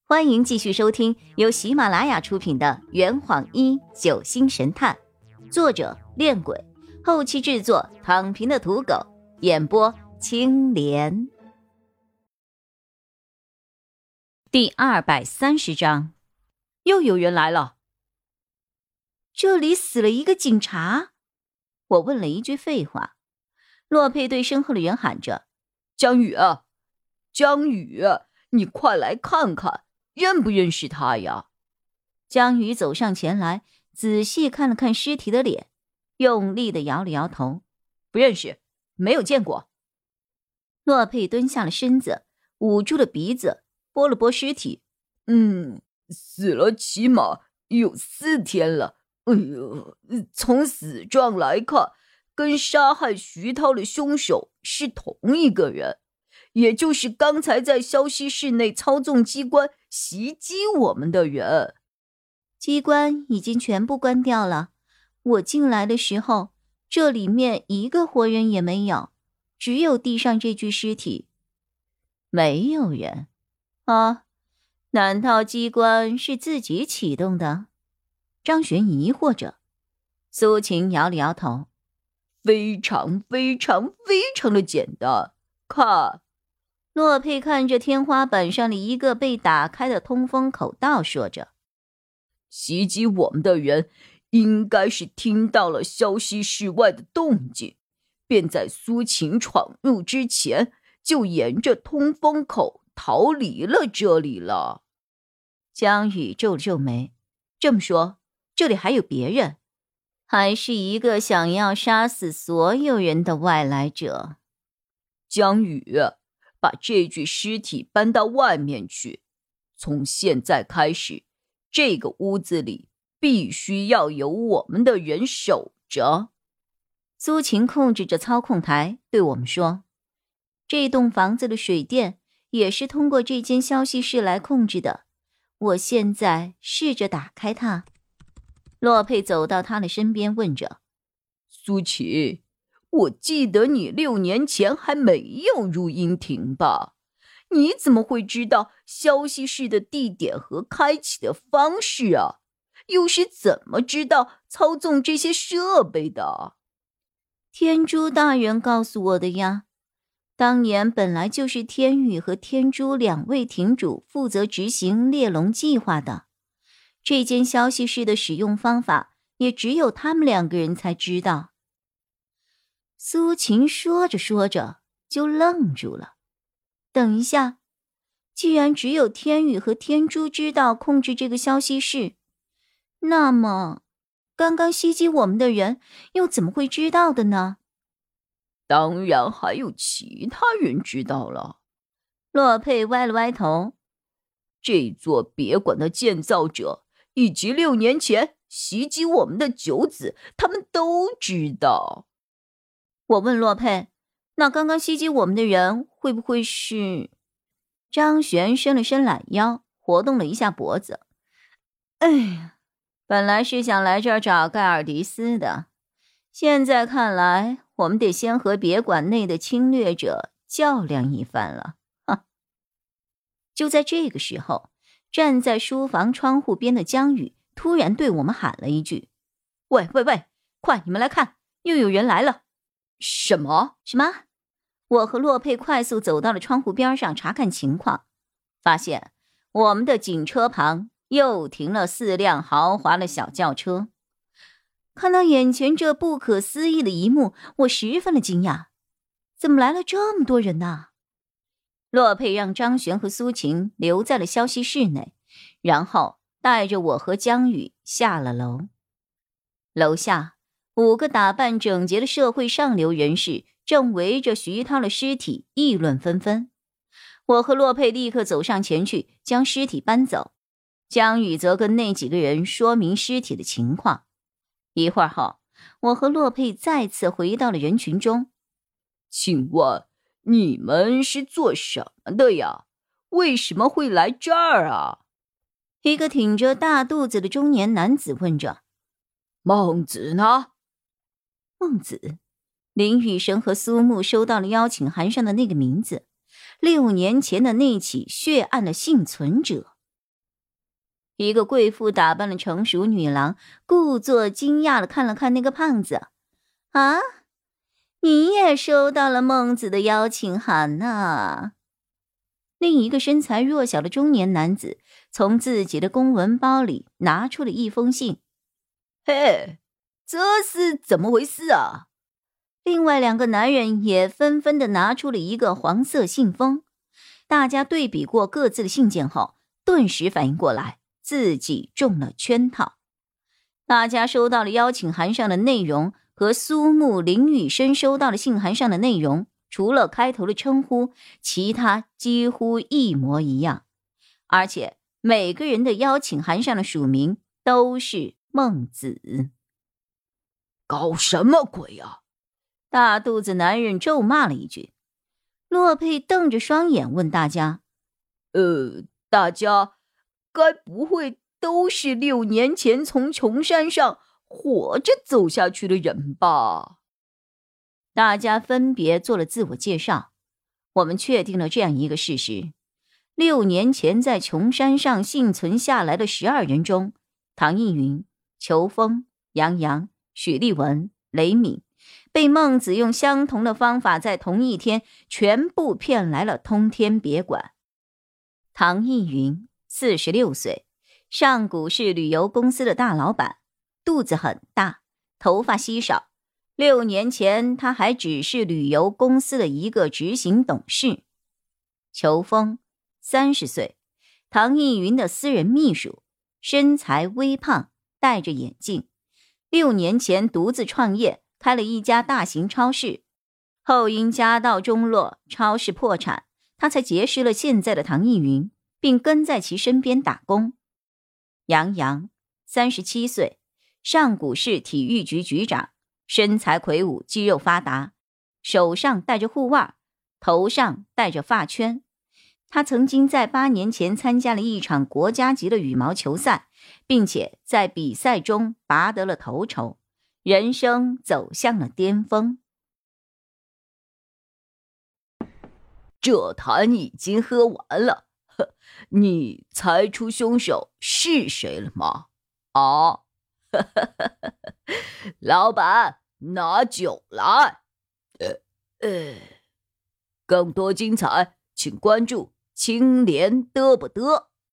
欢迎继续收听由喜马拉雅出品的《圆谎一九星神探》，作者恋鬼，后期制作躺平的土狗，演播青莲。第230章，又有人来了。这里死了一个警察。我问了一句废话。洛佩对身后的人喊着： 江宇啊，江宇，你快来看看，认不认识他呀？ 江宇走上前来，仔细看了看尸体的脸，用力地摇了摇头： 不认识，没有见过。 洛佩蹲下了身子，捂住了鼻子，拨了拨尸体： 死了起码有4天了。哎呦，从死状来看，跟杀害徐涛的凶手是同一个人，也就是刚才在消息室内操纵机关袭击我们的人。 机关已经全部关掉了，我进来的时候，这里面一个活人也没有，只有地上这具尸体。没有人啊？难道机关是自己启动的？张璇疑惑着。苏晴摇了摇头： 非常非常非常的简单，看。 洛佩看着天花板上的一个被打开的通风口道，说着： 袭击我们的人应该是听到了消息室外的动静，便在苏晴闯入之前就沿着通风口逃离了这里了。 江宇皱了皱眉：这么说，这里还有别人，还是一个想要杀死所有人的外来者。 江宇，把这具尸体搬到外面去，从现在开始，这个屋子里必须要有我们的人守着。 苏晴控制着操控台对我们说：这栋房子的水电也是通过这间消息室来控制的，我现在试着打开它。洛佩走到他的身边问着： 苏晴，我记得你6年前还没有入音亭吧？你怎么会知道消息室的地点和开启的方式啊？又是怎么知道操纵这些设备的？ 天珠大人告诉我的呀。当年本来就是天宇和天珠2位亭主负责执行猎龙计划的，这间消息室的使用方法也只有他们2个人才知道。苏晴说着说着就愣住了。等一下，既然只有天宇和天珠知道控制这个消息室，那么刚刚袭击我们的人又怎么会知道的呢？ 当然还有其他人知道了。 洛佩歪了歪头： 这座别馆的建造者以及6年前袭击我们的九子，他们都知道。 我问洛佩：那刚刚袭击我们的人会不会是……张璇伸了伸懒腰，活动了一下脖子：哎呀，本来是想来这儿找盖尔迪斯的，现在看来我们得先和别馆内的侵略者较量一番了。就在这个时候，站在书房窗户边的江宇突然对我们喊了一句：喂，快你们来看，又有人来了。 什么？ 我和洛佩快速走到了窗户边上查看情况，发现我们的警车旁又停了4辆豪华的小轿车。看到眼前这不可思议的一幕，我十分的惊讶，怎么来了这么多人呢？洛佩让张璇和苏晴留在了消息室内，然后带着我和江宇下了楼。楼下5个打扮整洁的社会上流人士正围着徐涛的尸体议论纷纷。我和洛佩立刻走上前去将尸体搬走，江宇则跟那几个人说明尸体的情况。一会儿后，我和洛佩再次回到了人群中。 请问你们是做什么的呀？为什么会来这儿啊？ 一个挺着大肚子的中年男子问着。 孟子呢？ 孟子，林雨生和苏木收到了邀请函上的那个名字，6年前的那起血案的幸存者。 一个贵妇打扮的成熟女郎故作惊讶地看了看那个胖子。啊，你也收到了孟子的邀请函呢？另一个身材弱小的中年男子从自己的公文包里拿出了一封信。 嘿，这是怎么回事啊？ 另外2个男人也纷纷地拿出了一个黄色信封。大家对比过各自的信件后，顿时反应过来自己中了圈套。大家收到了邀请函上的内容和苏木林雨生收到的信函上的内容，除了开头的称呼，其他几乎一模一样。而且每个人的邀请函上的署名都是孟子。 搞什么鬼啊？ 大肚子男人咒骂了一句。洛佩瞪着双眼问大家： 大家该不会都是6年前从穷山上活着走下去的人吧？ 大家分别做了自我介绍。我们确定了这样一个事实：6年前在穷山上幸存下来的12人中，唐艺云、裘风、杨洋、许立文、雷敏被孟子用相同的方法在同一天全部骗来了通天别馆。唐艺云46岁，上古是旅游公司的大老板，肚子很大，头发稀少。6年前他还只是旅游公司的一个执行董事。裘风30岁，唐艺云的私人秘书，身材微胖，戴着眼镜。6年前独自创业，开了一家大型超市，后因家道中落，超市破产，他才结识了现在的唐艺云，并跟在其身边打工。杨洋37岁，上古市体育局局长，身材魁梧，肌肉发达，手上戴着护腕，头上戴着发圈。他曾经在8年前参加了一场国家级的羽毛球赛，并且在比赛中拔得了头筹，人生走向了巅峰。 这坛已经喝完了，你猜出凶手是谁了吗？啊，老板，拿酒来。更多精彩，请关注青莲嘚不嘚。